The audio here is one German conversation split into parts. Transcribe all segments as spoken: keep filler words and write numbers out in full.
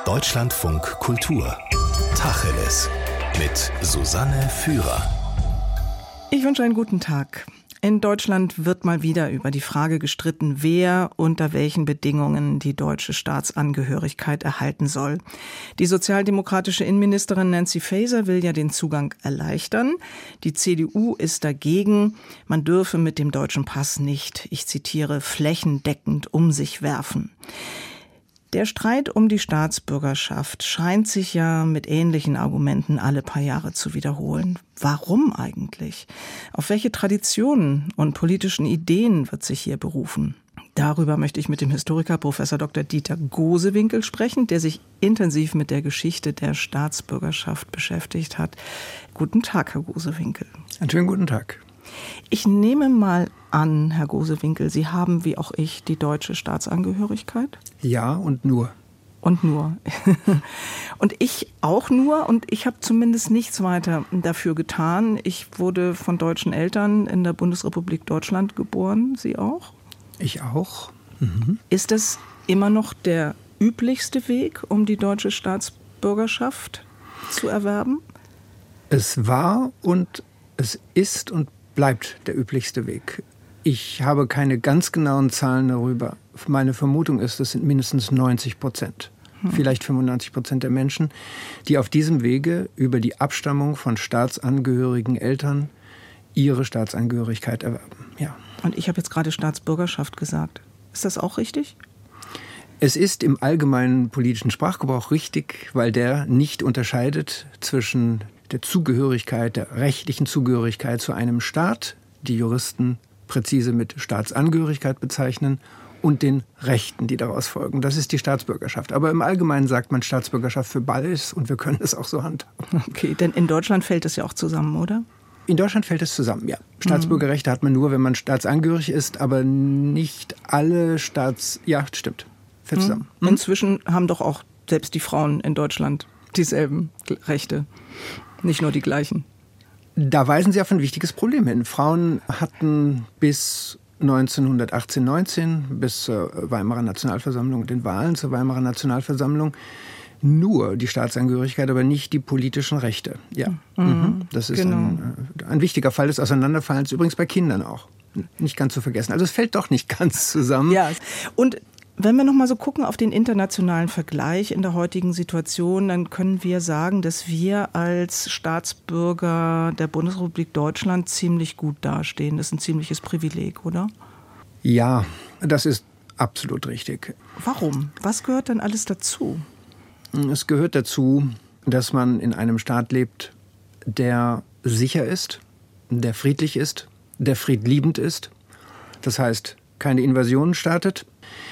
Deutschlandfunk Kultur. Tacheles. Mit Susanne Führer. Ich wünsche einen guten Tag. In Deutschland wird mal wieder über die Frage gestritten, wer unter welchen Bedingungen die deutsche Staatsangehörigkeit erhalten soll. Die sozialdemokratische Innenministerin Nancy Faeser will ja den Zugang erleichtern. Die C D U ist dagegen. Man dürfe mit dem deutschen Pass nicht, ich zitiere, flächendeckend um sich werfen. Der Streit um die Staatsbürgerschaft scheint sich ja mit ähnlichen Argumenten alle paar Jahre zu wiederholen. Warum eigentlich? Auf welche Traditionen und politischen Ideen wird sich hier berufen? Darüber möchte ich mit dem Historiker Professor Doktor Dieter Gosewinkel sprechen, der sich intensiv mit der Geschichte der Staatsbürgerschaft beschäftigt hat. Guten Tag, Herr Gosewinkel. Einen schönen guten Tag. Ich nehme mal an, Herr Gosewinkel, Sie haben wie auch ich die deutsche Staatsangehörigkeit? Ja, und nur. Und nur. Und ich auch nur. Und ich habe zumindest nichts weiter dafür getan. Ich wurde von deutschen Eltern in der Bundesrepublik Deutschland geboren. Sie auch? Ich auch. Mhm. Ist das immer noch der üblichste Weg, um die deutsche Staatsbürgerschaft zu erwerben? Es war und es ist und bleibt der üblichste Weg. Ich habe keine ganz genauen Zahlen darüber. Meine Vermutung ist, es sind mindestens neunzig Prozent, hm. vielleicht fünfundneunzig Prozent der Menschen, die auf diesem Wege über die Abstammung von staatsangehörigen Eltern ihre Staatsangehörigkeit erwerben. Ja. Und ich habe jetzt gerade Staatsbürgerschaft gesagt. Ist das auch richtig? Es ist im allgemeinen politischen Sprachgebrauch richtig, weil der nicht unterscheidet zwischen der Zugehörigkeit, der rechtlichen Zugehörigkeit zu einem Staat, die Juristen präzise mit Staatsangehörigkeit bezeichnen, und den Rechten, die daraus folgen. Das ist die Staatsbürgerschaft. Aber im Allgemeinen sagt man Staatsbürgerschaft für beides und wir können es auch so handhaben. Okay, denn in Deutschland fällt es ja auch zusammen, oder? In Deutschland fällt es zusammen, ja. Staatsbürgerrechte mhm. hat man nur, wenn man staatsangehörig ist, aber nicht alle Staats... Ja, stimmt. Fällt zusammen. Mhm. Inzwischen haben doch auch selbst die Frauen in Deutschland dieselben Rechte. Nicht nur die gleichen. Da weisen Sie auf ein wichtiges Problem hin. Frauen hatten bis neunzehnhundertachtzehn neunzehn, bis zur Weimarer Nationalversammlung, den Wahlen zur Weimarer Nationalversammlung, nur die Staatsangehörigkeit, aber nicht die politischen Rechte. Ja, mhm. Das ist genau. ein, ein wichtiger Fall des Auseinanderfallens, übrigens bei Kindern auch. Nicht ganz zu vergessen. Also es fällt doch nicht ganz zusammen. Ja, und wenn wir noch mal so gucken auf den internationalen Vergleich in der heutigen Situation, dann können wir sagen, dass wir als Staatsbürger der Bundesrepublik Deutschland ziemlich gut dastehen. Das ist ein ziemliches Privileg, oder? Ja, das ist absolut richtig. Warum? Was gehört denn alles dazu? Es gehört dazu, dass man in einem Staat lebt, der sicher ist, der friedlich ist, der friedliebend ist. Das heißt, keine Invasionen startet.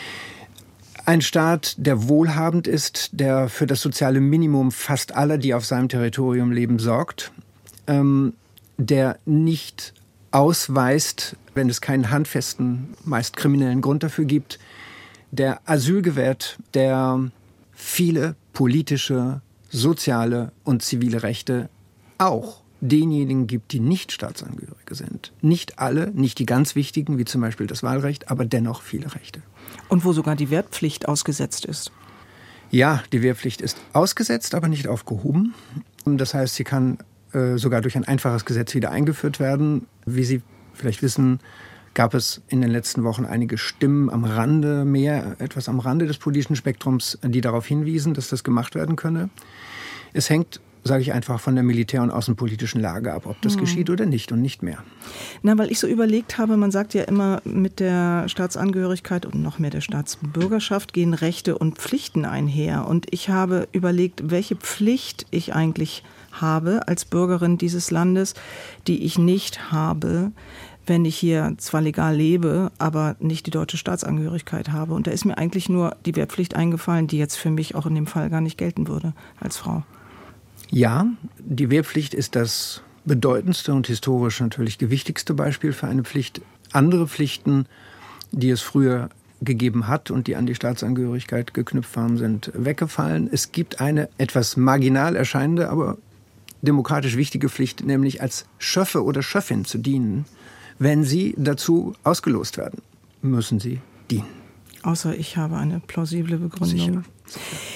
Ein Staat, der wohlhabend ist, der für das soziale Minimum fast aller, die auf seinem Territorium leben, sorgt, ähm, der nicht ausweist, wenn es keinen handfesten, meist kriminellen Grund dafür gibt, der Asyl gewährt, der viele politische, soziale und zivile Rechte auch denjenigen gibt, die nicht Staatsangehörige sind. Nicht alle, nicht die ganz wichtigen, wie zum Beispiel das Wahlrecht, aber dennoch viele Rechte. Und wo sogar die Wehrpflicht ausgesetzt ist? Ja, die Wehrpflicht ist ausgesetzt, aber nicht aufgehoben. Das heißt, sie kann äh, sogar durch ein einfaches Gesetz wieder eingeführt werden. Wie Sie vielleicht wissen, gab es in den letzten Wochen einige Stimmen am Rande, mehr etwas am Rande des politischen Spektrums, die darauf hinwiesen, dass das gemacht werden könne. Es hängt, sage ich einfach, von der militär- und außenpolitischen Lage ab, ob das hm. geschieht oder nicht und nicht mehr. Na, weil ich so überlegt habe, man sagt ja immer, mit der Staatsangehörigkeit und noch mehr der Staatsbürgerschaft gehen Rechte und Pflichten einher. Und ich habe überlegt, welche Pflicht ich eigentlich habe als Bürgerin dieses Landes, die ich nicht habe, wenn ich hier zwar legal lebe, aber nicht die deutsche Staatsangehörigkeit habe. Und da ist mir eigentlich nur die Wehrpflicht eingefallen, die jetzt für mich auch in dem Fall gar nicht gelten würde als Frau. Ja, die Wehrpflicht ist das bedeutendste und historisch natürlich gewichtigste Beispiel für eine Pflicht. Andere Pflichten, die es früher gegeben hat und die an die Staatsangehörigkeit geknüpft waren, sind weggefallen. Es gibt eine etwas marginal erscheinende, aber demokratisch wichtige Pflicht, nämlich als Schöffe oder Schöffin zu dienen. Wenn Sie dazu ausgelost werden, müssen Sie dienen. Außer ich habe eine plausible Begründung. Sicher.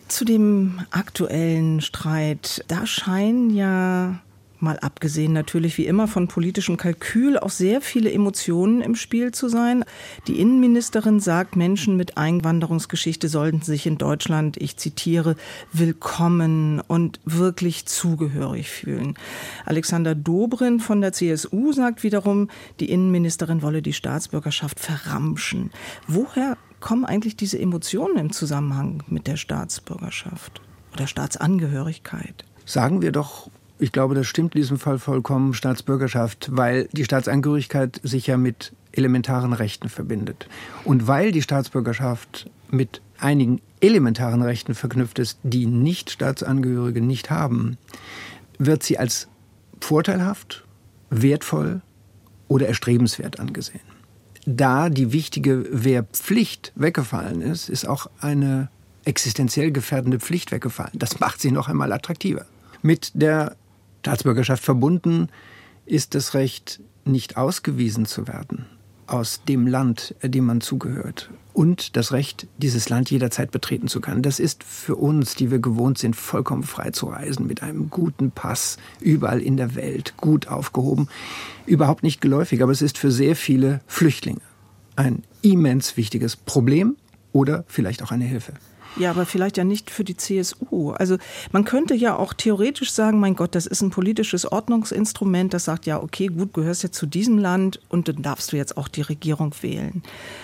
Zu dem aktuellen Streit, da scheinen ja, mal abgesehen natürlich wie immer von politischem Kalkül, auch sehr viele Emotionen im Spiel zu sein. Die Innenministerin sagt, Menschen mit Einwanderungsgeschichte sollten sich in Deutschland, ich zitiere, willkommen und wirklich zugehörig fühlen. Alexander Dobrindt von der C S U sagt wiederum, die Innenministerin wolle die Staatsbürgerschaft verramschen. Woher kommen eigentlich diese Emotionen im Zusammenhang mit der Staatsbürgerschaft oder Staatsangehörigkeit? Sagen wir doch, ich glaube, das stimmt in diesem Fall vollkommen, Staatsbürgerschaft, weil die Staatsangehörigkeit sich ja mit elementaren Rechten verbindet. Und weil die Staatsbürgerschaft mit einigen elementaren Rechten verknüpft ist, die Nicht-Staatsangehörige nicht haben, wird sie als vorteilhaft, wertvoll oder erstrebenswert angesehen. Da die wichtige Wehrpflicht weggefallen ist, ist auch eine existenziell gefährdende Pflicht weggefallen. Das macht sie noch einmal attraktiver. Mit der Staatsbürgerschaft verbunden ist das Recht, nicht ausgewiesen zu werden aus dem Land, dem man zugehört. Und das Recht, dieses Land jederzeit betreten zu können. Das ist für uns, die wir gewohnt sind, vollkommen frei zu reisen, mit einem guten Pass, überall in der Welt, gut aufgehoben, überhaupt nicht geläufig. Aber es ist für sehr viele Flüchtlinge ein immens wichtiges Problem oder vielleicht auch eine Hilfe. Ja, aber vielleicht ja nicht für die C S U. Also man könnte ja auch theoretisch sagen, mein Gott, das ist ein politisches Ordnungsinstrument, das sagt ja, okay, gut, gehörst jetzt zu diesem Land und dann darfst du jetzt auch die Regierung wählen.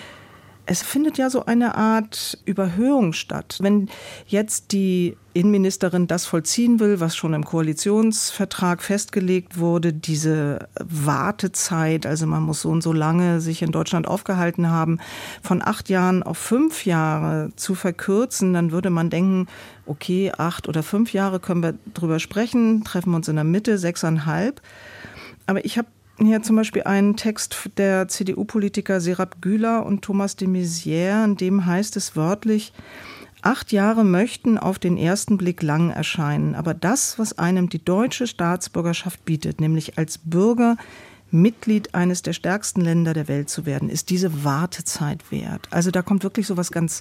Es findet ja so eine Art Überhöhung statt. Wenn jetzt die Innenministerin das vollziehen will, was schon im Koalitionsvertrag festgelegt wurde, diese Wartezeit, also man muss so und so lange sich in Deutschland aufgehalten haben, von acht Jahren auf fünf Jahre zu verkürzen, dann würde man denken, okay, acht oder fünf Jahre können wir drüber sprechen, treffen wir uns in der Mitte, sechseinhalb. Aber ich habe hier zum Beispiel einen Text der C D U-Politiker Serap Güler und Thomas de Maizière, in dem heißt es wörtlich, acht Jahre möchten auf den ersten Blick lang erscheinen, aber das, was einem die deutsche Staatsbürgerschaft bietet, nämlich als Bürger Mitglied eines der stärksten Länder der Welt zu werden, ist diese Wartezeit wert. Also da kommt wirklich so was ganz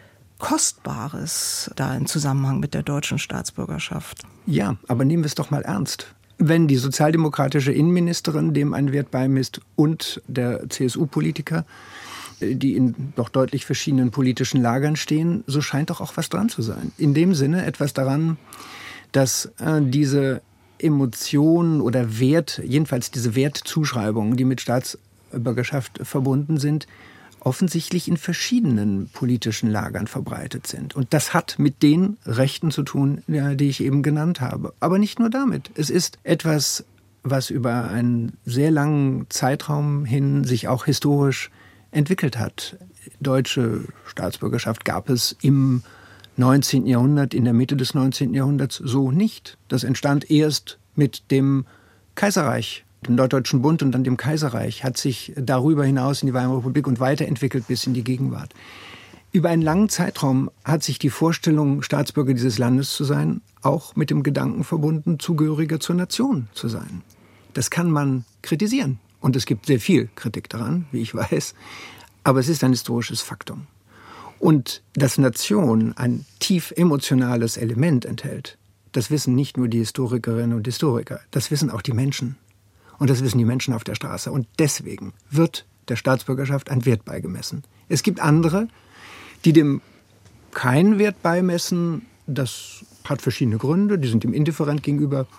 Kostbares da im Zusammenhang mit der deutschen Staatsbürgerschaft. Ja, aber nehmen wir es doch mal ernst. Wenn die sozialdemokratische Innenministerin dem einen Wert beimisst und der C S U-Politiker, die in doch deutlich verschiedenen politischen Lagern stehen, so scheint doch auch was dran zu sein. In dem Sinne etwas daran, dass äh, diese Emotionen oder Wert, jedenfalls diese Wertzuschreibungen, die mit Staatsbürgerschaft verbunden sind, offensichtlich in verschiedenen politischen Lagern verbreitet sind. Und das hat mit den Rechten zu tun, die ich eben genannt habe. Aber nicht nur damit. Es ist etwas, was über einen sehr langen Zeitraum hin sich auch historisch entwickelt hat. Deutsche Staatsbürgerschaft gab es im neunzehnten Jahrhundert, in der Mitte des neunzehnten Jahrhunderts so nicht. Das entstand erst mit dem Kaiserreich, dem Norddeutschen Bund und dann dem Kaiserreich, hat sich darüber hinaus in die Weimarer Republik und weiterentwickelt bis in die Gegenwart. Über einen langen Zeitraum hat sich die Vorstellung, Staatsbürger dieses Landes zu sein, auch mit dem Gedanken verbunden, Zugehöriger zur Nation zu sein. Das kann man kritisieren. Und es gibt sehr viel Kritik daran, wie ich weiß. Aber es ist ein historisches Faktum. Und dass Nation ein tief emotionales Element enthält, das wissen nicht nur die Historikerinnen und Historiker, das wissen auch die Menschen. Und das wissen die Menschen auf der Straße. Und deswegen wird der Staatsbürgerschaft ein Wert beigemessen. Es gibt andere, die dem keinen Wert beimessen. Das hat verschiedene Gründe, die sind ihm indifferent gegenüber.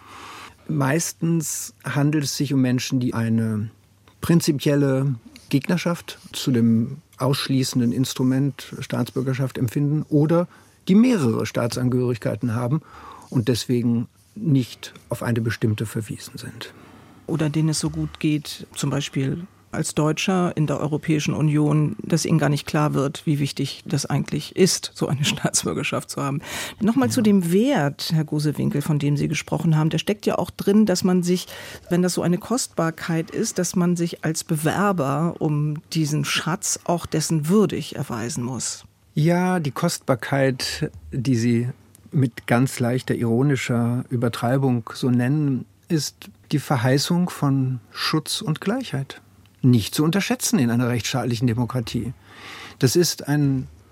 Meistens handelt es sich um Menschen, die eine prinzipielle Gegnerschaft zu dem ausschließenden Instrument Staatsbürgerschaft empfinden oder die mehrere Staatsangehörigkeiten haben und deswegen nicht auf eine bestimmte verwiesen sind. Oder denen es so gut geht, zum Beispiel als Deutscher in der Europäischen Union, dass ihnen gar nicht klar wird, wie wichtig das eigentlich ist, so eine Staatsbürgerschaft zu haben. Nochmal ja. zu dem Wert, Herr Gosewinkel, von dem Sie gesprochen haben. Der steckt ja auch drin, dass man sich, wenn das so eine Kostbarkeit ist, dass man sich als Bewerber um diesen Schatz auch dessen würdig erweisen muss. Ja, die Kostbarkeit, die Sie mit ganz leichter ironischer Übertreibung so nennen, ist die Verheißung von Schutz und Gleichheit. Nicht zu unterschätzen in einer rechtsstaatlichen Demokratie. Das ist ein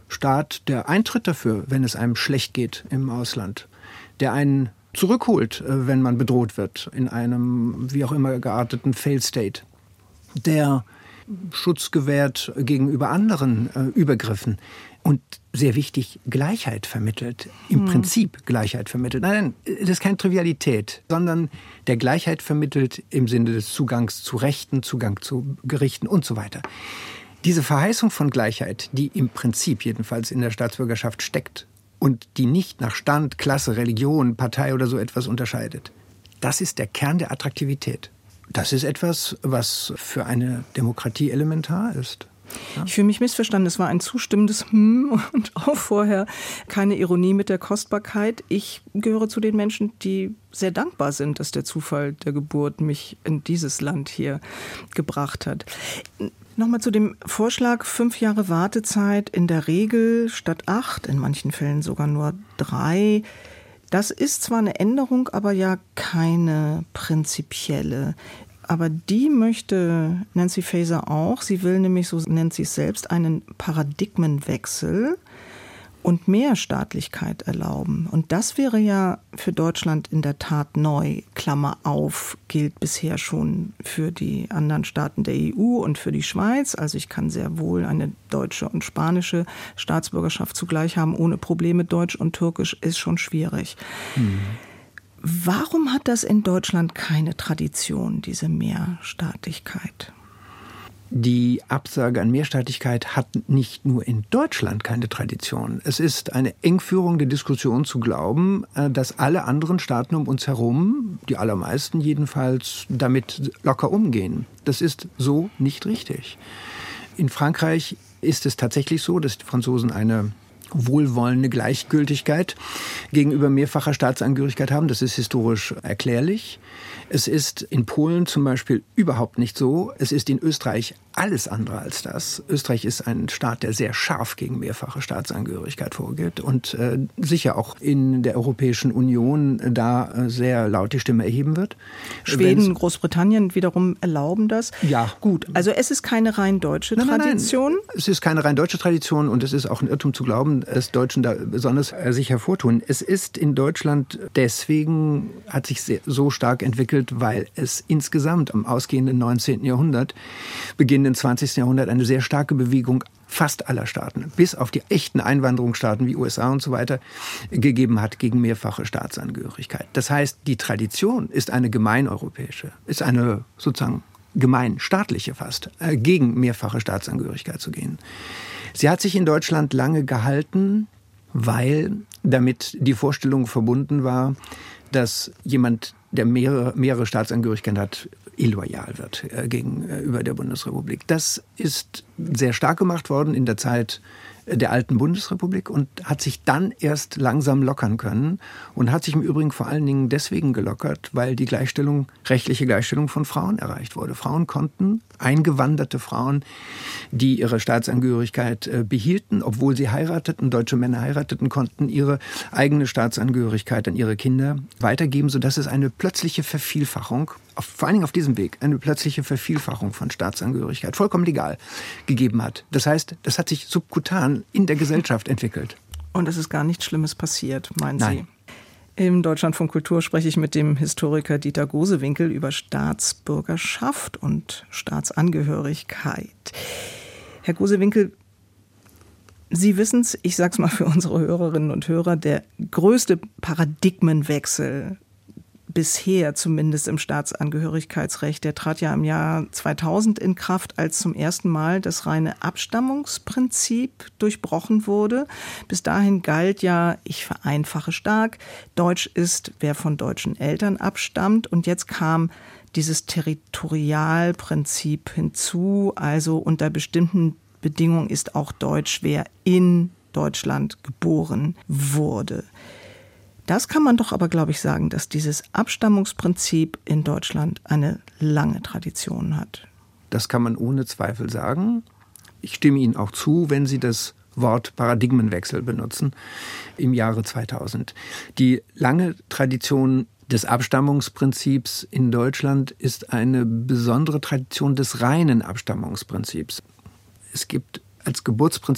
Staat, der eintritt dafür, wenn es einem schlecht geht im Ausland, der einen zurückholt, wenn man bedroht wird, in einem wie auch immer gearteten Failed State, der Schutz gewährt gegenüber anderen äh, Übergriffen und sehr wichtig, Gleichheit vermittelt, im hm. Prinzip Gleichheit vermittelt. Nein, nein, das ist keine Trivialität, sondern der Gleichheit vermittelt im Sinne des Zugangs zu Rechten, Zugang zu Gerichten und so weiter. Diese Verheißung von Gleichheit, die im Prinzip jedenfalls in der Staatsbürgerschaft steckt und die nicht nach Stand, Klasse, Religion, Partei oder so etwas unterscheidet, das ist der Kern der Attraktivität. Das ist etwas, was für eine Demokratie elementar ist. Ja. Ich fühle mich missverstanden. Es war ein zustimmendes Hm und auch vorher keine Ironie mit der Kostbarkeit. Ich gehöre zu den Menschen, die sehr dankbar sind, dass der Zufall der Geburt mich in dieses Land hier gebracht hat. Nochmal zu dem Vorschlag, fünf Jahre Wartezeit in der Regel statt acht, in manchen Fällen sogar nur drei. Das ist zwar eine Änderung, aber ja keine prinzipielle. Aber die möchte Nancy Faeser auch. Sie will nämlich, so nennt sie es selbst, einen Paradigmenwechsel und mehr Staatlichkeit erlauben. Und das wäre ja für Deutschland in der Tat neu. Klammer auf, gilt bisher schon für die anderen Staaten der E U und für die Schweiz. Also ich kann sehr wohl eine deutsche und spanische Staatsbürgerschaft zugleich haben, ohne Probleme. Deutsch und Türkisch ist schon schwierig. Mhm. Warum hat das in Deutschland keine Tradition, diese Mehrstaatlichkeit? Die Absage an Mehrstaatlichkeit hat nicht nur in Deutschland keine Tradition. Es ist eine Engführung der Diskussion zu glauben, dass alle anderen Staaten um uns herum, die allermeisten jedenfalls, damit locker umgehen. Das ist so nicht richtig. In Frankreich ist es tatsächlich so, dass die Franzosen eine wohlwollende Gleichgültigkeit gegenüber mehrfacher Staatsangehörigkeit haben. Das ist historisch erklärlich. Es ist in Polen zum Beispiel überhaupt nicht so. Es ist in Österreich alles andere als das. Österreich ist ein Staat, der sehr scharf gegen mehrfache Staatsangehörigkeit vorgeht und äh, sicher auch in der Europäischen Union da äh, sehr laut die Stimme erheben wird. Schweden, Wenn's, Großbritannien wiederum erlauben das. Ja. Gut, also es ist keine rein deutsche nein, Tradition. Nein, nein. Es ist keine rein deutsche Tradition und es ist auch ein Irrtum zu glauben, dass Deutschen da besonders äh, sich hervortun. Es ist in Deutschland deswegen, hat sich sehr, so stark entwickelt, weil es insgesamt am ausgehenden neunzehnten Jahrhundert, beginnenden zwanzigsten Jahrhundert eine sehr starke Bewegung fast aller Staaten, bis auf die echten Einwanderungsstaaten wie U S A und so weiter, gegeben hat gegen mehrfache Staatsangehörigkeit. Das heißt, die Tradition ist eine gemeineuropäische, ist eine sozusagen gemeinstaatliche fast, äh, gegen mehrfache Staatsangehörigkeit zu gehen. Sie hat sich in Deutschland lange gehalten, weil damit die Vorstellung verbunden war, dass jemand, der mehrere, mehrere Staatsangehörigkeiten hat, illoyal wird äh, gegenüber der Bundesrepublik. Das ist sehr stark gemacht worden in der Zeit der alten Bundesrepublik und hat sich dann erst langsam lockern können und hat sich im Übrigen vor allen Dingen deswegen gelockert, weil die Gleichstellung, rechtliche Gleichstellung von Frauen erreicht wurde. Frauen konnten, eingewanderte Frauen, die ihre Staatsangehörigkeit äh, behielten, obwohl sie heirateten, deutsche Männer heirateten, konnten ihre eigene Staatsangehörigkeit an ihre Kinder weitergeben, sodass es eine plötzliche Vervielfachung, auf, vor allen Dingen auf diesem Weg, eine plötzliche Vervielfachung von Staatsangehörigkeit, vollkommen legal, gegeben hat. Das heißt, das hat sich subkutan in der Gesellschaft entwickelt. Und es ist gar nichts Schlimmes passiert, meinen Nein. Sie? Im Deutschlandfunk Kultur spreche ich mit dem Historiker Dieter Gosewinkel über Staatsbürgerschaft und Staatsangehörigkeit. Herr Gosewinkel, Sie wissen es, ich sage es mal für unsere Hörerinnen und Hörer, der größte Paradigmenwechsel bisher zumindest im Staatsangehörigkeitsrecht, der trat ja im Jahr zweitausend in Kraft, als zum ersten Mal das reine Abstammungsprinzip durchbrochen wurde. Bis dahin galt ja, ich vereinfache stark, Deutsch ist, wer von deutschen Eltern abstammt. Und jetzt kam dieses Territorialprinzip hinzu, also unter bestimmten Bedingungen ist auch Deutsch, wer in Deutschland geboren wurde. Das kann man doch aber, glaube ich, sagen, dass dieses Abstammungsprinzip in Deutschland eine lange Tradition hat. Das kann man ohne Zweifel sagen. Ich stimme Ihnen auch zu, wenn Sie das Wort Paradigmenwechsel benutzen im Jahre zweitausend. Die lange Tradition des Abstammungsprinzips in Deutschland ist eine besondere Tradition des reinen Abstammungsprinzips. Es gibt als Geburtsprinzip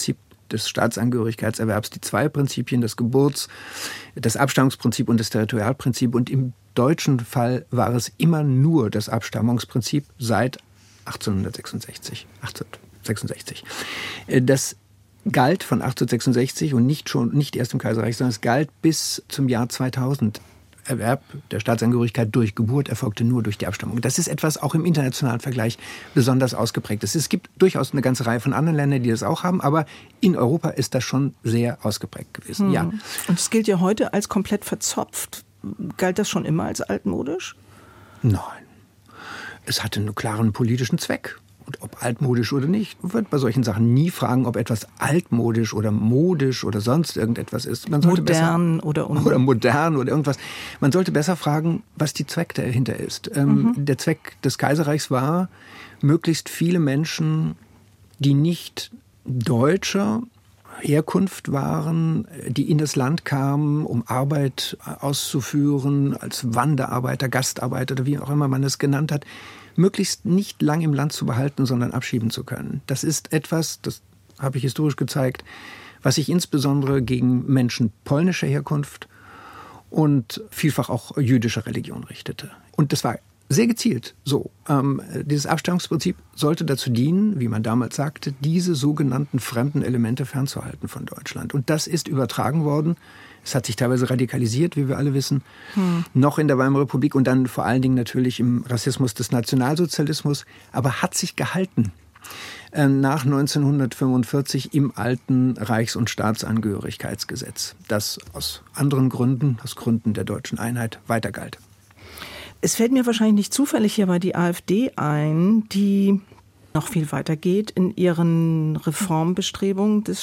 des Staatsangehörigkeitserwerbs die zwei Prinzipien, das Geburts-, das Abstammungsprinzip und das Territorialprinzip. Und im deutschen Fall war es immer nur das Abstammungsprinzip seit achtzehnhundertsechsundsechzig. achtzehnhundertsechsundsechzig. Das galt von achtzehnhundertsechsundsechzig und nicht schon, nicht erst im Kaiserreich, sondern es galt bis zum Jahr zweitausend. Erwerb der Staatsangehörigkeit durch Geburt erfolgte nur durch die Abstammung. Das ist etwas auch im internationalen Vergleich besonders ausgeprägt. Es gibt durchaus eine ganze Reihe von anderen Ländern, die das auch haben, aber in Europa ist das schon sehr ausgeprägt gewesen. Hm. Ja. Und es gilt ja heute als komplett verzopft. Galt das schon immer als altmodisch? Nein. Es hatte einen klaren politischen Zweck. Und ob altmodisch oder nicht, man wird bei solchen Sachen nie fragen, ob etwas altmodisch oder modisch oder sonst irgendetwas ist. Man sollte modern besser, oder oder modern oder irgendwas. Man sollte besser fragen, was die Zweck dahinter ist. Ähm, mhm. Der Zweck des Kaiserreichs war, möglichst viele Menschen, die nicht deutscher Herkunft waren, die in das Land kamen, um Arbeit auszuführen, als Wanderarbeiter, Gastarbeiter oder wie auch immer man es genannt hat, möglichst nicht lang im Land zu behalten, sondern abschieben zu können. Das ist etwas, das habe ich historisch gezeigt, was sich insbesondere gegen Menschen polnischer Herkunft und vielfach auch jüdischer Religion richtete. Und das war sehr gezielt so. Ähm, dieses Abstammungsprinzip sollte dazu dienen, wie man damals sagte, diese sogenannten fremden Elemente fernzuhalten von Deutschland. Und das ist übertragen worden. Es hat sich teilweise radikalisiert, wie wir alle wissen, hm. noch in der Weimarer Republik und dann vor allen Dingen natürlich im Rassismus des Nationalsozialismus, aber hat sich gehalten äh, nach neunzehnhundertfünfundvierzig im alten Reichs- und Staatsangehörigkeitsgesetz, das aus anderen Gründen, aus Gründen der deutschen Einheit, weiter galt. Es fällt mir wahrscheinlich nicht zufällig hierbei die AfD ein, die noch viel weiter geht in ihren Reformbestrebungen des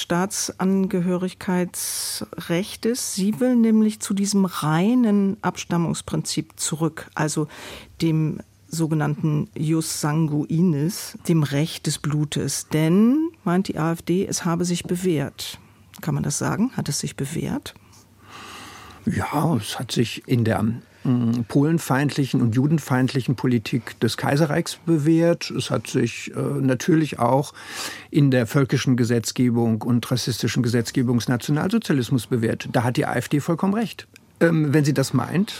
Staatsangehörigkeitsrechtes. Sie will nämlich zu diesem reinen Abstammungsprinzip zurück, also dem sogenannten Jus sanguinis, dem Recht des Blutes. Denn, meint die AfD, es habe sich bewährt. Kann man das sagen? Hat es sich bewährt? Ja, es hat sich in der polenfeindlichen und judenfeindlichen Politik des Kaiserreichs bewährt. Es hat sich äh, natürlich auch in der völkischen Gesetzgebung und rassistischen Gesetzgebung des Nationalsozialismus bewährt. Da hat die AfD vollkommen recht. Ähm, wenn sie das meint,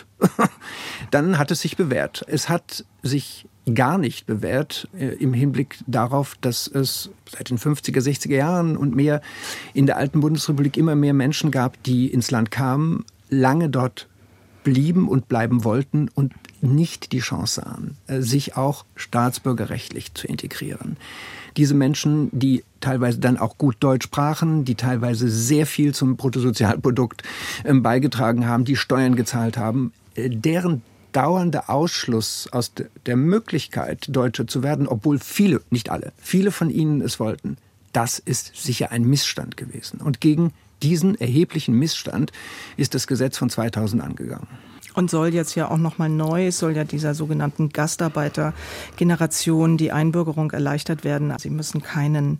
dann hat es sich bewährt. Es hat sich gar nicht bewährt äh, im Hinblick darauf, dass es seit den fünfziger, sechziger Jahren und mehr in der alten Bundesrepublik immer mehr Menschen gab, die ins Land kamen, lange dort blieben und bleiben wollten und nicht die Chance sahen, sich auch staatsbürgerrechtlich zu integrieren. Diese Menschen, die teilweise dann auch gut Deutsch sprachen, die teilweise sehr viel zum Bruttosozialprodukt beigetragen haben, die Steuern gezahlt haben, deren dauernder Ausschluss aus der Möglichkeit, Deutsche zu werden, obwohl viele, nicht alle, viele von ihnen es wollten, das ist sicher ein Missstand gewesen. Und gegen diesen erheblichen Missstand ist das Gesetz von zweitausend angegangen. Und soll jetzt ja auch nochmal neu, es soll ja dieser sogenannten Gastarbeitergeneration die Einbürgerung erleichtert werden. Sie müssen keinen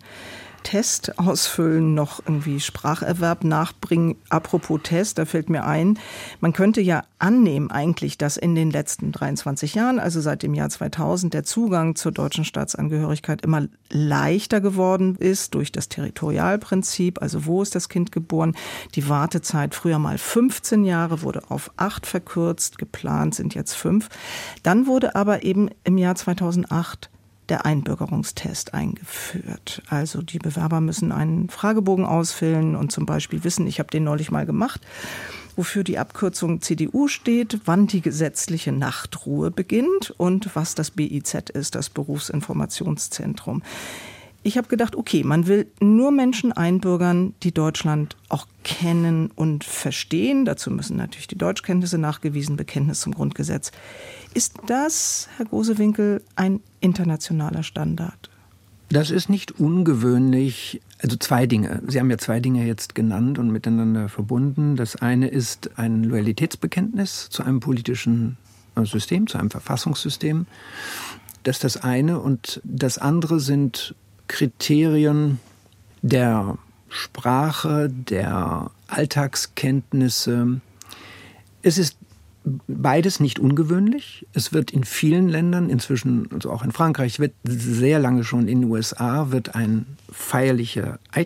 Test ausfüllen, noch irgendwie Spracherwerb nachbringen. Apropos Test, da fällt mir ein, man könnte ja annehmen eigentlich, dass in den letzten dreiundzwanzig Jahren, also seit dem Jahr zweitausend, der Zugang zur deutschen Staatsangehörigkeit immer leichter geworden ist durch das Territorialprinzip, also wo ist das Kind geboren. Die Wartezeit früher mal fünfzehn Jahre, wurde auf acht verkürzt, geplant sind jetzt fünf. Dann wurde aber eben im Jahr zweitausendacht der Einbürgerungstest eingeführt. Also die Bewerber müssen einen Fragebogen ausfüllen und zum Beispiel wissen, ich habe den neulich mal gemacht, wofür die Abkürzung C D U steht, wann die gesetzliche Nachtruhe beginnt und was das B I Z ist, das Berufsinformationszentrum. Ich habe gedacht, okay, man will nur Menschen einbürgern, die Deutschland auch kennen und verstehen. Dazu müssen natürlich die Deutschkenntnisse nachgewiesen, Bekenntnis zum Grundgesetz. Ist das, Herr Gosewinkel, ein internationaler Standard? Das ist nicht ungewöhnlich. Also zwei Dinge. Sie haben ja zwei Dinge jetzt genannt und miteinander verbunden. Das eine ist ein Loyalitätsbekenntnis zu einem politischen System, zu einem Verfassungssystem. Das ist das eine. Und das andere sind Kriterien der Sprache, der Alltagskenntnisse. Es ist beides nicht ungewöhnlich. Es wird in vielen Ländern, inzwischen, also auch in Frankreich, wird sehr lange schon in den U S A, wird ein feierlicher Eid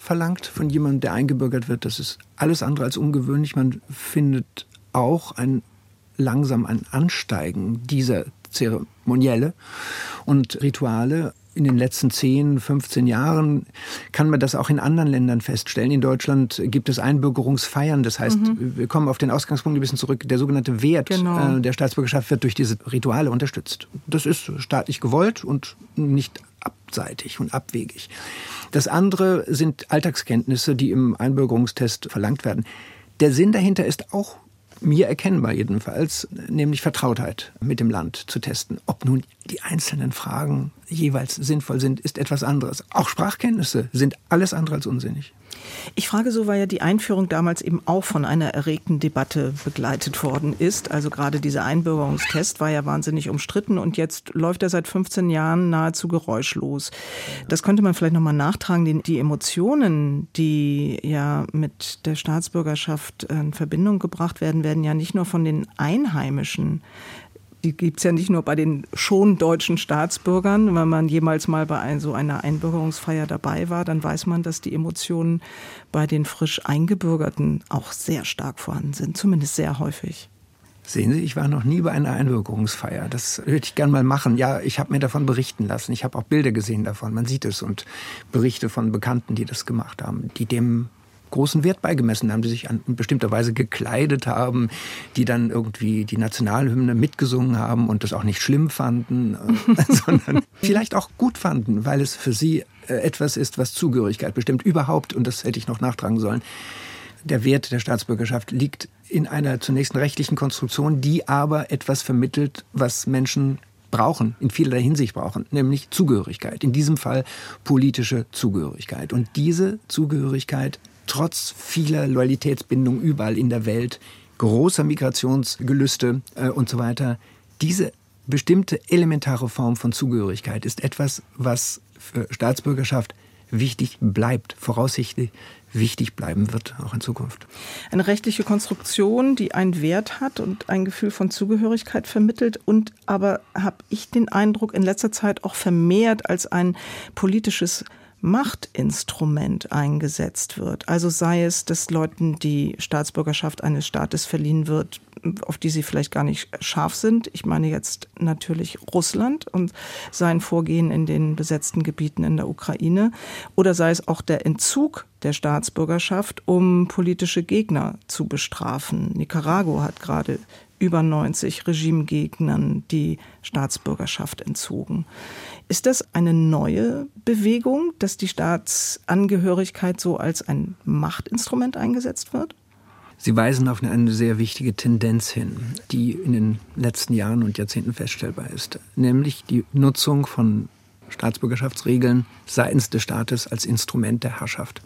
verlangt von jemandem, der eingebürgert wird. Das ist alles andere als ungewöhnlich. Man findet auch ein, langsam ein Ansteigen dieser Zeremonielle und Rituale. In den letzten zehn, fünfzehn Jahren kann man das auch in anderen Ländern feststellen. In Deutschland gibt es Einbürgerungsfeiern. Das heißt, mhm. wir kommen auf den Ausgangspunkt ein bisschen zurück. Der sogenannte Wert genau. äh, der Staatsbürgerschaft wird durch diese Rituale unterstützt. Das ist staatlich gewollt und nicht abseitig und abwegig. Das andere sind Alltagskenntnisse, die im Einbürgerungstest verlangt werden. Der Sinn dahinter ist auch mir erkennbar jedenfalls, nämlich Vertrautheit mit dem Land zu testen. Ob nun die einzelnen Fragen jeweils sinnvoll sind, ist etwas anderes. Auch Sprachkenntnisse sind alles andere als unsinnig. Ich frage so, weil ja die Einführung damals eben auch von einer erregten Debatte begleitet worden ist. Also gerade dieser Einbürgerungstest war ja wahnsinnig umstritten und jetzt läuft er seit fünfzehn Jahren nahezu geräuschlos. Das könnte man vielleicht nochmal nachtragen. Die, die Emotionen, die ja mit der Staatsbürgerschaft in Verbindung gebracht werden, werden ja nicht nur von den Einheimischen. Die gibt es ja nicht nur bei den schon deutschen Staatsbürgern. Wenn man jemals mal bei ein, so einer Einbürgerungsfeier dabei war, dann weiß man, dass die Emotionen bei den frisch Eingebürgerten auch sehr stark vorhanden sind, zumindest sehr häufig. Sehen Sie, ich war noch nie bei einer Einbürgerungsfeier. Das würde ich gern mal machen. Ja, ich habe mir davon berichten lassen. Ich habe auch Bilder gesehen davon. Man sieht es und Berichte von Bekannten, die das gemacht haben, die dem großen Wert beigemessen haben, die sich in bestimmter Weise gekleidet haben, die dann irgendwie die Nationalhymne mitgesungen haben und das auch nicht schlimm fanden, sondern vielleicht auch gut fanden, weil es für sie etwas ist, was Zugehörigkeit bestimmt. Überhaupt, und das hätte ich noch nachtragen sollen, der Wert der Staatsbürgerschaft liegt in einer zunächst rechtlichen Konstruktion, die aber etwas vermittelt, was Menschen brauchen, in vielerlei Hinsicht brauchen, nämlich Zugehörigkeit. In diesem Fall politische Zugehörigkeit. Und diese Zugehörigkeit trotz vieler Loyalitätsbindungen überall in der Welt, großer Migrationsgelüste äh, und so weiter, diese bestimmte elementare Form von Zugehörigkeit ist etwas, was für Staatsbürgerschaft wichtig bleibt, voraussichtlich wichtig bleiben wird, auch in Zukunft. Eine rechtliche Konstruktion, die einen Wert hat und ein Gefühl von Zugehörigkeit vermittelt und aber, habe ich den Eindruck, in letzter Zeit auch vermehrt als ein politisches Machtinstrument eingesetzt wird. Also sei es, dass Leuten die Staatsbürgerschaft eines Staates verliehen wird, auf die sie vielleicht gar nicht scharf sind. Ich meine jetzt natürlich Russland und sein Vorgehen in den besetzten Gebieten in der Ukraine. Oder sei es auch der Entzug der Staatsbürgerschaft, um politische Gegner zu bestrafen. Nicaragua hat gerade über neunzig Regimegegnern die Staatsbürgerschaft entzogen. Ist das eine neue Bewegung, dass die Staatsangehörigkeit so als ein Machtinstrument eingesetzt wird? Sie weisen auf eine sehr wichtige Tendenz hin, die in den letzten Jahren und Jahrzehnten feststellbar ist, nämlich die Nutzung von Staatsbürgerschaftsregeln seitens des Staates als Instrument der Herrschaft.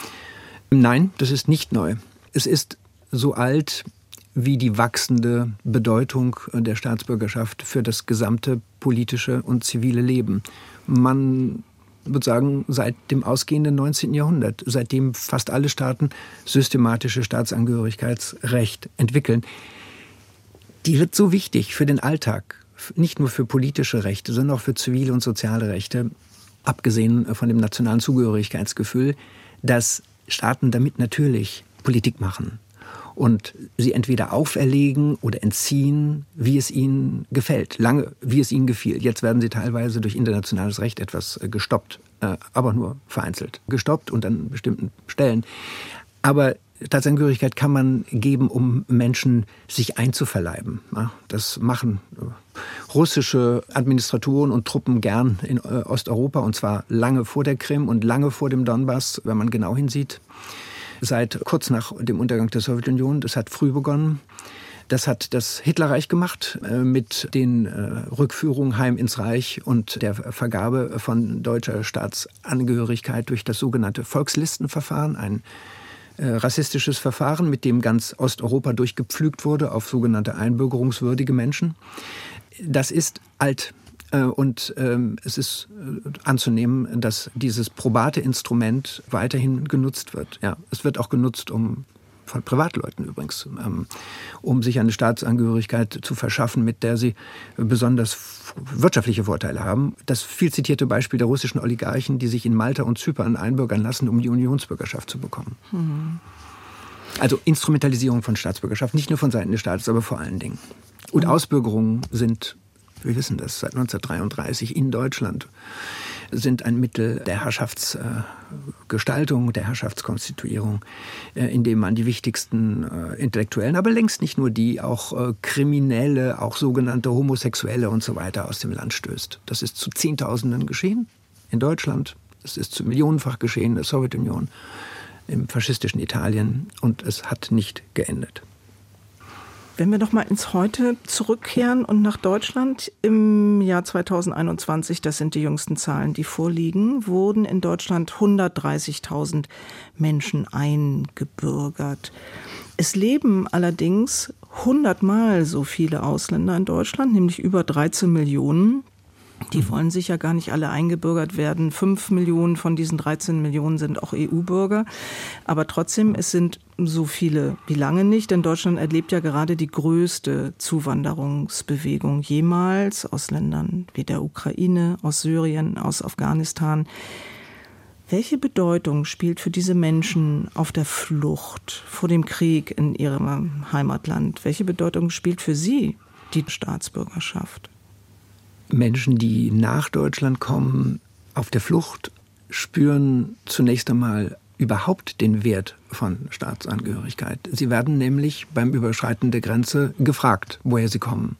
Nein, das ist nicht neu. Es ist so alt wie die wachsende Bedeutung der Staatsbürgerschaft für das gesamte politische und zivile Leben. Man würde sagen, seit dem ausgehenden neunzehnten Jahrhundert, seitdem fast alle Staaten systematische Staatsangehörigkeitsrecht entwickeln. Die wird so wichtig für den Alltag, nicht nur für politische Rechte, sondern auch für zivile und soziale Rechte, abgesehen von dem nationalen Zugehörigkeitsgefühl, dass Staaten damit natürlich Politik machen und sie entweder auferlegen oder entziehen, wie es ihnen gefällt, lange wie es ihnen gefiel. Jetzt werden sie teilweise durch internationales Recht etwas gestoppt, aber nur vereinzelt gestoppt und an bestimmten Stellen. Aber Staatsangehörigkeit kann man geben, um Menschen sich einzuverleiben. Das machen russische Administratoren und Truppen gern in Osteuropa, und zwar lange vor der Krim und lange vor dem Donbass, wenn man genau hinsieht. Seit kurz nach dem Untergang der Sowjetunion, das hat früh begonnen. Das hat das Hitlerreich gemacht äh, mit den äh, Rückführungen heim ins Reich und der Vergabe von deutscher Staatsangehörigkeit durch das sogenannte Volkslistenverfahren, ein äh, rassistisches Verfahren, mit dem ganz Osteuropa durchgepflügt wurde auf sogenannte einbürgerungswürdige Menschen. Das ist alt. Und ähm, es ist äh, anzunehmen, dass dieses probate Instrument weiterhin genutzt wird. Ja, es wird auch genutzt, um von Privatleuten übrigens, ähm, um sich eine Staatsangehörigkeit zu verschaffen, mit der sie besonders wirtschaftliche Vorteile haben. Das viel zitierte Beispiel der russischen Oligarchen, die sich in Malta und Zypern einbürgern lassen, um die Unionsbürgerschaft zu bekommen. Mhm. Also Instrumentalisierung von Staatsbürgerschaft, nicht nur von Seiten des Staates, aber vor allen Dingen. Und mhm. Ausbürgerungen sind, wir wissen das, seit neunzehnhundertdreiunddreißig in Deutschland, sind ein Mittel der Herrschaftsgestaltung, der Herrschaftskonstituierung, indem man die wichtigsten Intellektuellen, aber längst nicht nur die, auch Kriminelle, auch sogenannte Homosexuelle und so weiter aus dem Land stößt. Das ist zu Zehntausenden geschehen in Deutschland, das ist zu millionenfach geschehen in der Sowjetunion, im faschistischen Italien, und es hat nicht geendet. Wenn wir noch mal ins Heute zurückkehren und nach Deutschland, im Jahr zweitausendeinundzwanzig, das sind die jüngsten Zahlen, die vorliegen, wurden in Deutschland hundertdreißigtausend Menschen eingebürgert. Es leben allerdings hundertmal so viele Ausländer in Deutschland, nämlich über dreizehn Millionen. Die wollen sicher gar nicht alle eingebürgert werden. Fünf Millionen von diesen dreizehn Millionen sind auch E U-Bürger. Aber trotzdem, es sind so viele wie lange nicht. Denn Deutschland erlebt ja gerade die größte Zuwanderungsbewegung jemals aus Ländern wie der Ukraine, aus Syrien, aus Afghanistan. Welche Bedeutung spielt für diese Menschen auf der Flucht vor dem Krieg in ihrem Heimatland? Welche Bedeutung spielt für sie die Staatsbürgerschaft? Menschen, die nach Deutschland kommen, auf der Flucht, spüren zunächst einmal überhaupt den Wert von Staatsangehörigkeit. Sie werden nämlich beim Überschreiten der Grenze gefragt, woher sie kommen.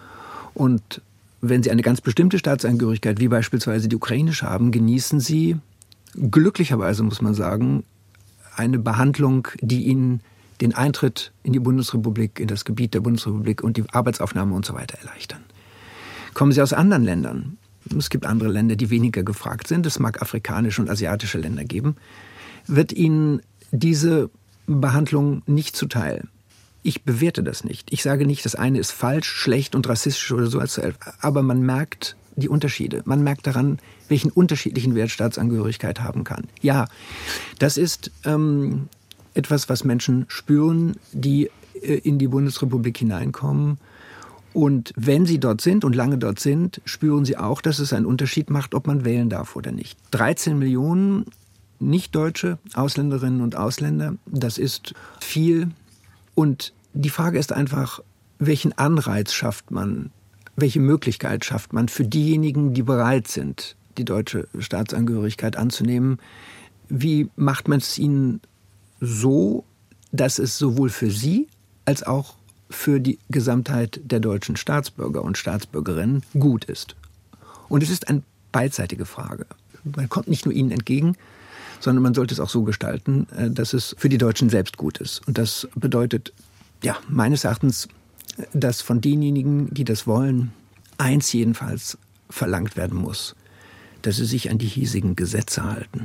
Und wenn sie eine ganz bestimmte Staatsangehörigkeit, wie beispielsweise die ukrainische haben, genießen sie, glücklicherweise muss man sagen, eine Behandlung, die ihnen den Eintritt in die Bundesrepublik, in das Gebiet der Bundesrepublik und die Arbeitsaufnahme und so weiter erleichtern. Kommen Sie aus anderen Ländern? Es gibt andere Länder, die weniger gefragt sind. Es mag afrikanische und asiatische Länder geben. Wird Ihnen diese Behandlung nicht zuteil? Ich bewerte das nicht. Ich sage nicht, das eine ist falsch, schlecht und rassistisch oder so. Aber man merkt die Unterschiede. Man merkt daran, welchen unterschiedlichen Wert Staatsangehörigkeit haben kann. Ja, das ist ähm, etwas, was Menschen spüren, die äh, in die Bundesrepublik hineinkommen. Und wenn sie dort sind und lange dort sind, spüren sie auch, dass es einen Unterschied macht, ob man wählen darf oder nicht. dreizehn Millionen nicht-deutsche Ausländerinnen und Ausländer, das ist viel. Und die Frage ist einfach, welchen Anreiz schafft man, welche Möglichkeit schafft man für diejenigen, die bereit sind, die deutsche Staatsangehörigkeit anzunehmen. Wie macht man es ihnen so, dass es sowohl für sie als auch für die Gesamtheit der deutschen Staatsbürger und Staatsbürgerinnen gut ist. Und es ist eine beidseitige Frage. Man kommt nicht nur ihnen entgegen, sondern man sollte es auch so gestalten, dass es für die Deutschen selbst gut ist. Und das bedeutet, ja, meines Erachtens, dass von denjenigen, die das wollen, eins jedenfalls verlangt werden muss, dass sie sich an die hiesigen Gesetze halten.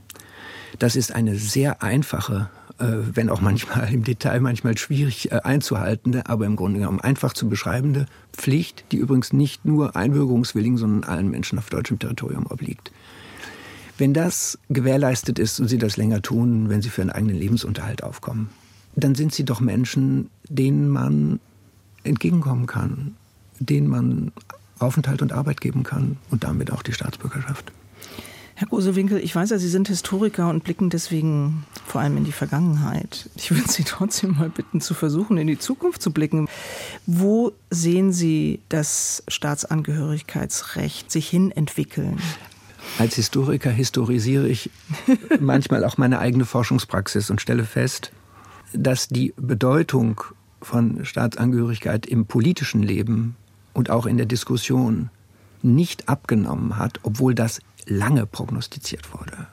Das ist eine sehr einfache, wenn auch manchmal im Detail manchmal schwierig einzuhaltende, aber im Grunde genommen einfach zu beschreibende Pflicht, die übrigens nicht nur Einbürgerungswilligen, sondern allen Menschen auf deutschem Territorium obliegt. Wenn das gewährleistet ist und sie das länger tun, wenn sie für einen eigenen Lebensunterhalt aufkommen, dann sind sie doch Menschen, denen man entgegenkommen kann, denen man Aufenthalt und Arbeit geben kann und damit auch die Staatsbürgerschaft. Herr Gosewinkel, ich weiß ja, Sie sind Historiker und blicken deswegen vor allem in die Vergangenheit. Ich würde Sie trotzdem mal bitten, zu versuchen, in die Zukunft zu blicken. Wo sehen Sie das Staatsangehörigkeitsrecht sich hin entwickeln? Als Historiker historisiere ich manchmal auch meine eigene Forschungspraxis und stelle fest, dass die Bedeutung von Staatsangehörigkeit im politischen Leben und auch in der Diskussion nicht abgenommen hat, obwohl das lange prognostiziert wurde.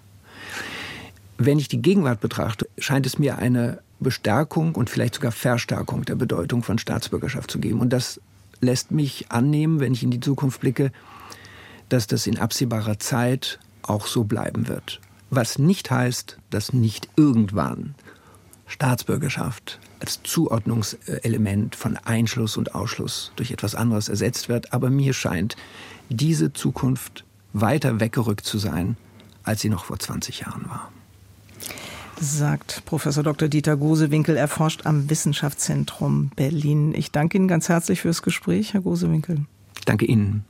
Wenn ich die Gegenwart betrachte, scheint es mir eine Bestärkung und vielleicht sogar Verstärkung der Bedeutung von Staatsbürgerschaft zu geben. Und das lässt mich annehmen, wenn ich in die Zukunft blicke, dass das in absehbarer Zeit auch so bleiben wird. Was nicht heißt, dass nicht irgendwann Staatsbürgerschaft als Zuordnungselement von Einschluss und Ausschluss durch etwas anderes ersetzt wird. Aber mir scheint diese Zukunft weiter weggerückt zu sein, als sie noch vor zwanzig Jahren war. sagt Professor Doktor Dieter Gosewinkel. Er forscht am Wissenschaftszentrum Berlin. Ich danke Ihnen ganz herzlich fürs Gespräch, Herr Gosewinkel. Danke Ihnen.